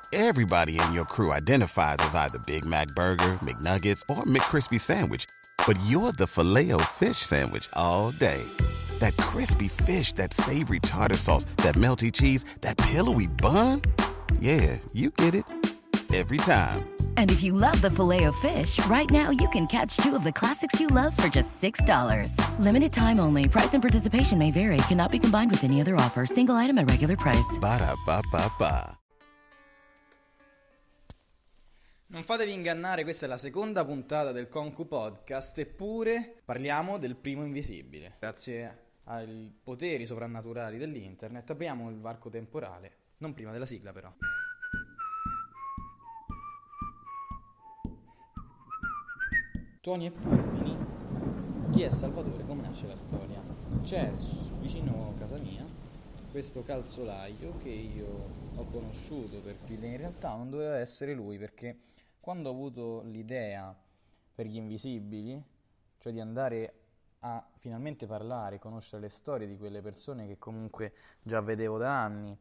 Everybody in your crew identifies as either Big Mac Burger, McNuggets, or McCrispy Sandwich. But you're the Filet-O-Fish Sandwich all day. That crispy fish, that savory tartar sauce, that melty cheese, that pillowy bun. Yeah, you get it. Every time. And if you love the Filet-O-Fish, right now you can catch two of the classics you love for just $6. Limited time only. Price and participation may vary. Cannot be combined with any other offer. Single item at regular price. Ba-da-ba-ba-ba. Non fatevi ingannare, questa è la seconda puntata del Concu Podcast, eppure parliamo del primo invisibile. Grazie ai poteri soprannaturali dell'internet apriamo il varco temporale, non prima della sigla però. Tuoni e fulmini, chi è Salvatore, come nasce la storia? C'è vicino a casa mia questo calzolaio che io ho conosciuto perché in realtà non doveva essere lui, perché quando ho avuto l'idea per gli invisibili, cioè di andare a finalmente parlare, conoscere le storie di quelle persone che comunque già vedevo da anni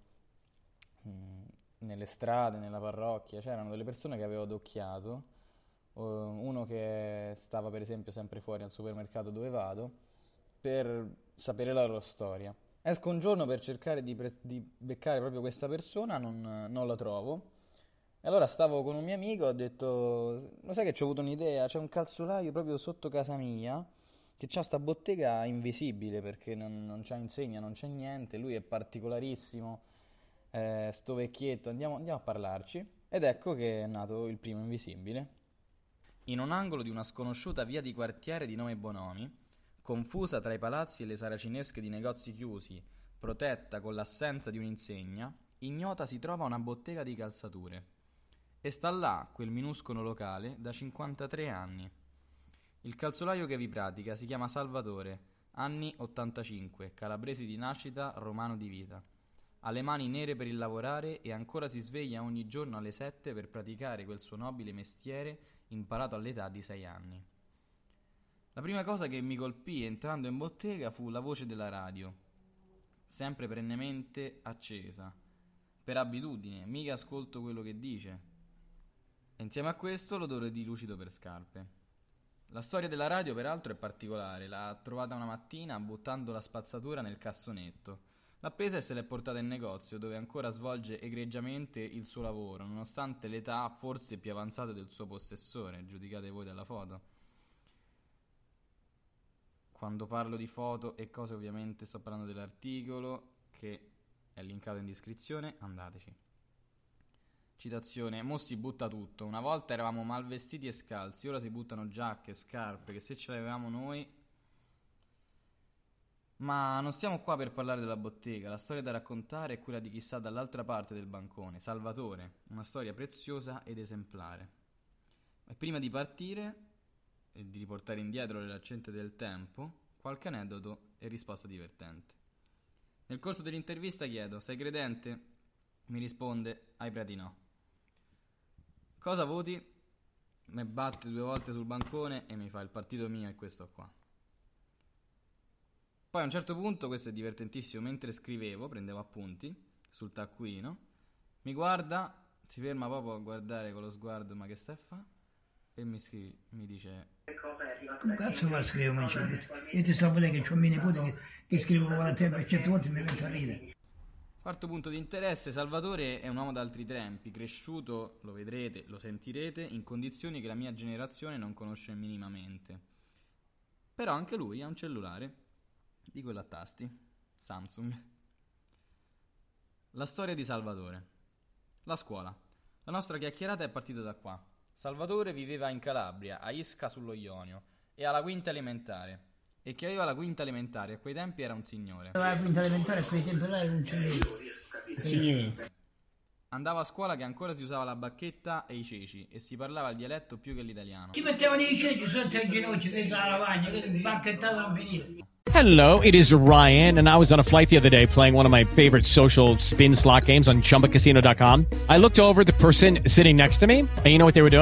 nelle strade, nella parrocchia, c'erano delle persone che avevo adocchiato, uno che stava per esempio sempre fuori al supermercato dove vado, per sapere la loro storia. Esco un giorno per cercare di beccare proprio questa persona, non la trovo. E allora stavo con un mio amico, ho detto, lo sai che ci ho avuto un'idea, c'è un calzolaio proprio sotto casa mia che c'ha sta bottega invisibile perché non c'ha insegna, non c'è niente, lui è particolarissimo, sto vecchietto, andiamo a parlarci. Ed ecco che è nato il primo invisibile. In un angolo di una sconosciuta via di quartiere di nome Bonomi, confusa tra i palazzi e le saracinesche di negozi chiusi, protetta con l'assenza di un'insegna, ignota si trova una bottega di calzature. E sta là, quel minuscolo locale, da 53 anni. Il calzolaio che vi pratica si chiama Salvatore, anni 85, calabresi di nascita, romano di vita. Ha le mani nere per il lavorare e ancora si sveglia ogni giorno alle 7 per praticare quel suo nobile mestiere imparato all'età di 6 anni. La prima cosa che mi colpì entrando in bottega fu la voce della radio, sempre perennemente accesa. Per abitudine, mica ascolto quello che dice. E insieme a questo l'odore di lucido per scarpe. La storia della radio peraltro è particolare, l'ha trovata una mattina buttando la spazzatura nel cassonetto. L'ha presa e se l'è portata in negozio dove ancora svolge egregiamente il suo lavoro, nonostante l'età forse più avanzata del suo possessore, giudicate voi dalla foto. Quando parlo di foto e cose ovviamente sto parlando dell'articolo che è linkato in descrizione, andateci. Citazione: mo si butta tutto, una volta eravamo mal vestiti e scalzi, ora si buttano giacche, scarpe, che se ce l'avevamo noi. Ma non stiamo qua per parlare della bottega, la storia da raccontare è quella di chi sta dall'altra parte del bancone, Salvatore, una storia preziosa ed esemplare. E prima di partire e di riportare indietro le lancette del tempo, qualche aneddoto e risposta divertente. Nel corso dell'intervista chiedo: sei credente? Mi risponde: ai preti no. Cosa voti? Mi batte 2 volte sul bancone e mi fa: il partito mio è questo qua. Poi a un certo punto, questo è divertentissimo, mentre scrivevo, prendevo appunti sul taccuino, mi guarda, si ferma proprio a guardare con lo sguardo: ma che stai a fa? E mi dice: come cazzo fa a scrivere? Io ti sto a vedere che c'ho mio nipote che scrivo con la tempo e certe volte mi metto a ridere. Quarto punto di interesse: Salvatore è un uomo d'altri tempi, cresciuto, lo vedrete, lo sentirete, in condizioni che la mia generazione non conosce minimamente. Però anche lui ha un cellulare, di quello a tasti, Samsung. La storia di Salvatore. La scuola. La nostra chiacchierata è partita da qua. Salvatore viveva in Calabria, a Isca sullo Ionio, e alla quinta elementare. E chi aveva la quinta elementare a quei tempi era un signore. La quinta elementare a quei tempi là era un signore. Andava a scuola che ancora si usava la bacchetta e i ceci e si parlava il dialetto più che l'italiano. Ci mettevano i ceci sotto i ginocchi, che la lavagna, che bacchettata a venire. Hello, it is Ryan, and I was on a flight the other day playing one of my favorite social spin slot games on ChumbaCasino.com. I looked over at the person sitting next to me, and you know what they were doing?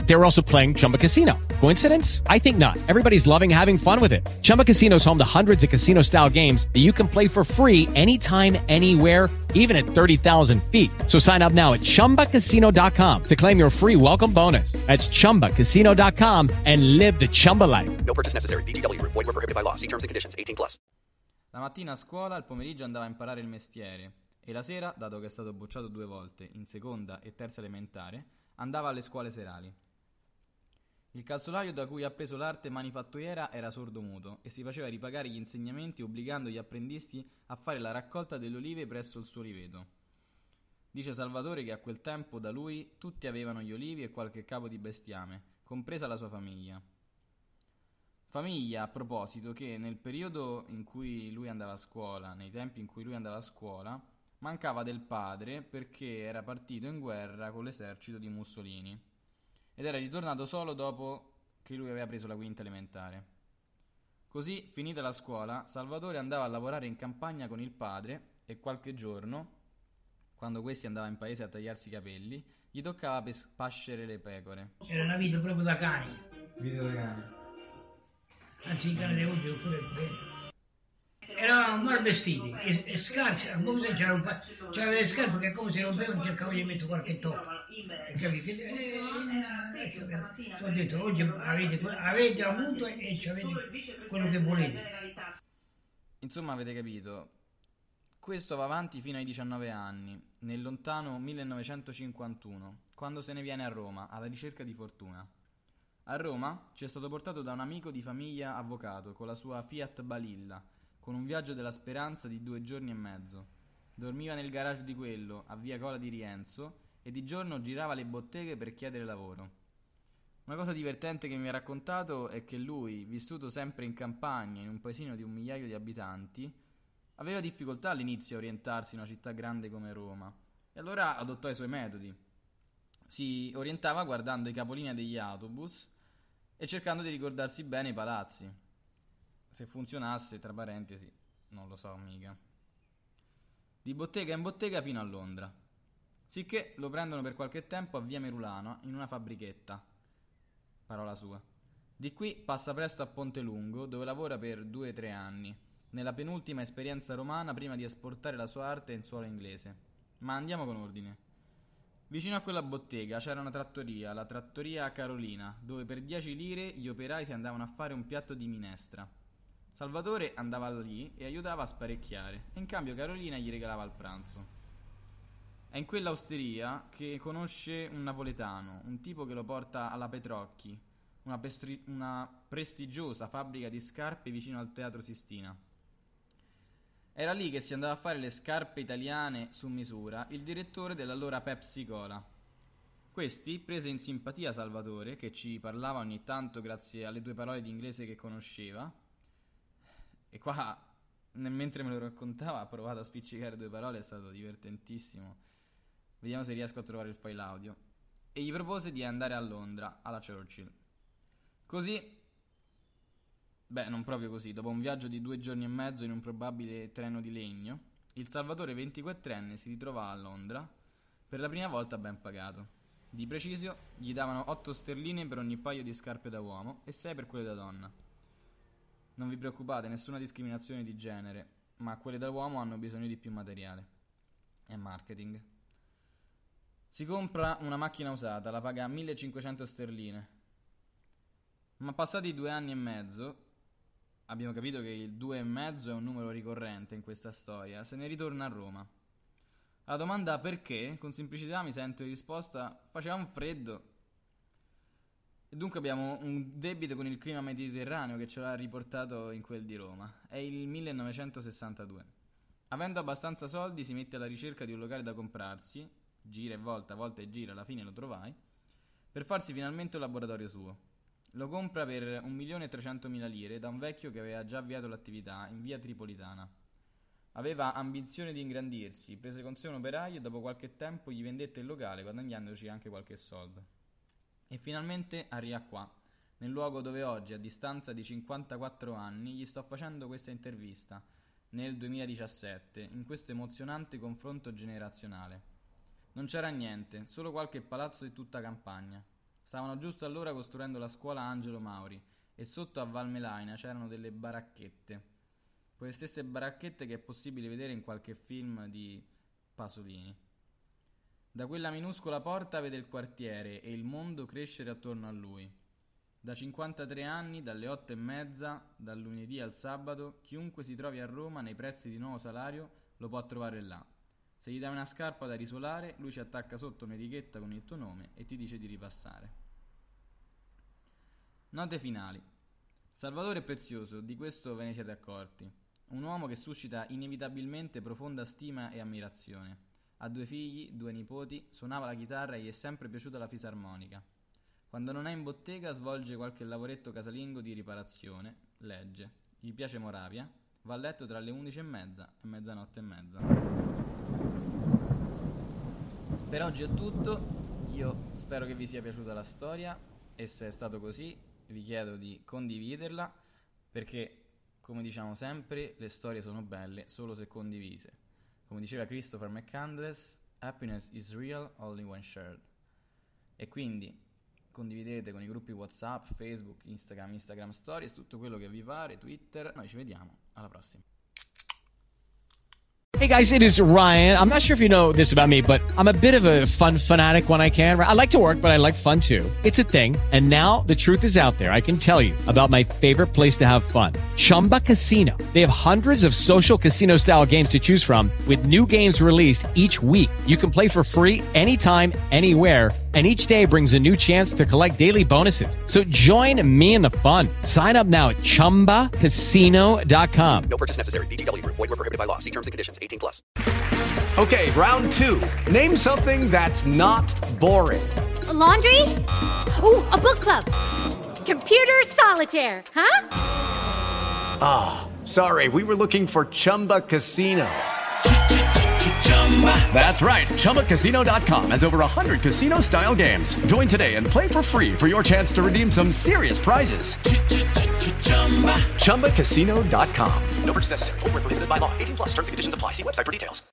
They were also playing Chumba Casino. Coincidence? I think not. Everybody's loving having fun with it. Chumba Casino is home to hundreds of casino-style games that you can play for free anytime, anywhere, even at 30,000 feet. So sign up now at ChumbaCasino.com to claim your free welcome bonus. That's ChumbaCasino.com and live the Chumba life. No purchase necessary. VGW. Void where prohibited by law. See terms and conditions. 18+. La mattina a scuola, il pomeriggio andava a imparare il mestiere e la sera, dato che è stato bocciato 2 volte, in seconda e terza elementare, andava alle scuole serali. Il calzolaio da cui ha preso l'arte manifatturiera era sordomuto e si faceva ripagare gli insegnamenti obbligando gli apprendisti a fare la raccolta delle olive presso il suo oliveto. Dice Salvatore che a quel tempo da lui tutti avevano gli olivi e qualche capo di bestiame, compresa la sua famiglia. Famiglia, a proposito, che nel periodo in cui lui andava a scuola, nei tempi in cui lui andava a scuola, mancava del padre perché era partito in guerra con l'esercito di Mussolini ed era ritornato solo dopo che lui aveva preso la quinta elementare. Così, finita la scuola, Salvatore andava a lavorare in campagna con il padre e qualche giorno, quando questi andava in paese a tagliarsi i capelli, gli toccava pascere le pecore. Era una vita proprio da cani. Vita da cane. Anzi, i cani di oggi pure bene. Eravamo mal vestiti e scarsi, come se c'era le scarpe che come si rompevano, cercavo di mettere qualche tocco. Capito? Ho detto, oggi avete avuto e avete quello che volete. Insomma, avete capito. Questo va avanti fino ai 19 anni, nel lontano 1951, quando se ne viene a Roma, alla ricerca di fortuna. A Roma ci è stato portato da un amico di famiglia avvocato con la sua Fiat Balilla, con un viaggio della speranza di 2 giorni e mezzo. Dormiva nel garage di quello, a via Cola di Rienzo, e di giorno girava le botteghe per chiedere lavoro. Una cosa divertente che mi ha raccontato è che lui, vissuto sempre in campagna, in un paesino di 1 migliaio di abitanti, aveva difficoltà all'inizio a orientarsi in una città grande come Roma, e allora adottò i suoi metodi. Si orientava guardando i capolinea degli autobus e cercando di ricordarsi bene i palazzi. Se funzionasse, tra parentesi, non lo so mica. Di bottega in bottega fino a Londra. Sicché lo prendono per qualche tempo a via Merulano in una fabbrichetta. Parola sua. Di qui passa presto a Pontelungo, dove lavora per 2-3 anni, nella penultima esperienza romana prima di esportare la sua arte in suolo inglese. Ma andiamo con ordine. Vicino a quella bottega c'era una trattoria, la trattoria Carolina, dove per 10 lire gli operai si andavano a fare un piatto di minestra. Salvatore andava lì e aiutava a sparecchiare, e in cambio Carolina gli regalava il pranzo. È in quella osteria che conosce un napoletano, un tipo che lo porta alla Petrocchi, una prestigiosa fabbrica di scarpe vicino al Teatro Sistina. Era lì che si andava a fare le scarpe italiane su misura il direttore dell'allora Pepsi Cola. Questi prese in simpatia Salvatore, che ci parlava ogni tanto grazie alle 2 parole di inglese che conosceva, e qua, mentre me lo raccontava, ha provato a spiccicare 2 parole, è stato divertentissimo. Vediamo se riesco a trovare il file audio. E gli propose di andare a Londra, alla Churchill. Così, non proprio così, dopo un viaggio di 2 giorni e mezzo in un probabile treno di legno, il Salvatore 24enne si ritrovò a Londra per la prima volta ben pagato. Di preciso, gli davano 8 sterline per ogni paio di scarpe da uomo e 6 per quelle da donna. Non vi preoccupate, nessuna discriminazione di genere, ma quelle da uomo hanno bisogno di più materiale. È marketing. Si compra una macchina usata, la paga 1500 sterline. Ma passati 2 anni e mezzo, abbiamo capito che il 2,5 è un numero ricorrente in questa storia, se ne ritorna a Roma. Alla domanda perché, con semplicità mi sento in risposta, faceva un freddo. E dunque abbiamo un debito con il clima mediterraneo che ce l'ha riportato in quel di Roma. È il 1962. Avendo abbastanza soldi si mette alla ricerca di un locale da comprarsi, gira e volta e gira, alla fine lo trovai, per farsi finalmente un laboratorio suo. Lo compra per 1.300.000 lire da un vecchio che aveva già avviato l'attività in via Tripolitana. Aveva ambizione di ingrandirsi, prese con sé un operaio e dopo qualche tempo gli vendette il locale, guadagnandoci anche qualche soldo. E finalmente arriva qua, nel luogo dove oggi, a distanza di 54 anni, gli sto facendo questa intervista, nel 2017, in questo emozionante confronto generazionale. Non c'era niente, solo qualche palazzo di tutta campagna. Stavano giusto allora costruendo la scuola Angelo Mauri e sotto a Valmelaina c'erano delle baracchette, quelle stesse baracchette che è possibile vedere in qualche film di Pasolini. Da quella minuscola porta vede il quartiere e il mondo crescere attorno a lui. Da 53 anni, dalle 8:30, dal lunedì al sabato, chiunque si trovi a Roma nei pressi di Nuovo Salario lo può trovare là. Se gli dai una scarpa da risolare, lui ci attacca sotto un'etichetta con il tuo nome e ti dice di ripassare. Note finali. Salvatore è prezioso, di questo ve ne siete accorti. Un uomo che suscita inevitabilmente profonda stima e ammirazione. Ha 2 figli, 2 nipoti, suonava la chitarra e gli è sempre piaciuta la fisarmonica. Quando non è in bottega svolge qualche lavoretto casalingo di riparazione, legge, gli piace Moravia, va a letto tra le 11:30 e mezzanotte e mezza. Per oggi è tutto, io spero che vi sia piaciuta la storia e se è stato così vi chiedo di condividerla perché, come diciamo sempre, le storie sono belle solo se condivise. Come diceva Christopher McCandless, happiness is real only when shared. E quindi condividete con i gruppi WhatsApp, Facebook, Instagram Stories, tutto quello che vi pare, Twitter. Noi ci vediamo, alla prossima. Hey guys, it is Ryan. I'm not sure if you know this about me, but I'm a bit of a fun fanatic when I can. I like to work, but I like fun too. It's a thing. And now the truth is out there. I can tell you about my favorite place to have fun. Chumba Casino. They have hundreds of social casino style games to choose from with new games released each week. You can play for free anytime, anywhere. And each day brings a new chance to collect daily bonuses. So join me in the fun. Sign up now at ChumbaCasino.com. No purchase necessary. VGW Group. Void where prohibited by law. See terms and conditions. 18+. Okay, round 2. Name something that's not boring. A laundry? Ooh, a book club. Computer solitaire, huh? Sorry, we were looking for Chumba Casino. That's right. ChumbaCasino.com has over 100 casino-style games. Join today and play for free for your chance to redeem some serious prizes. ChumbaCasino.com. No purchase necessary. Void where prohibited by law. 18+. Terms and conditions apply. See website for details.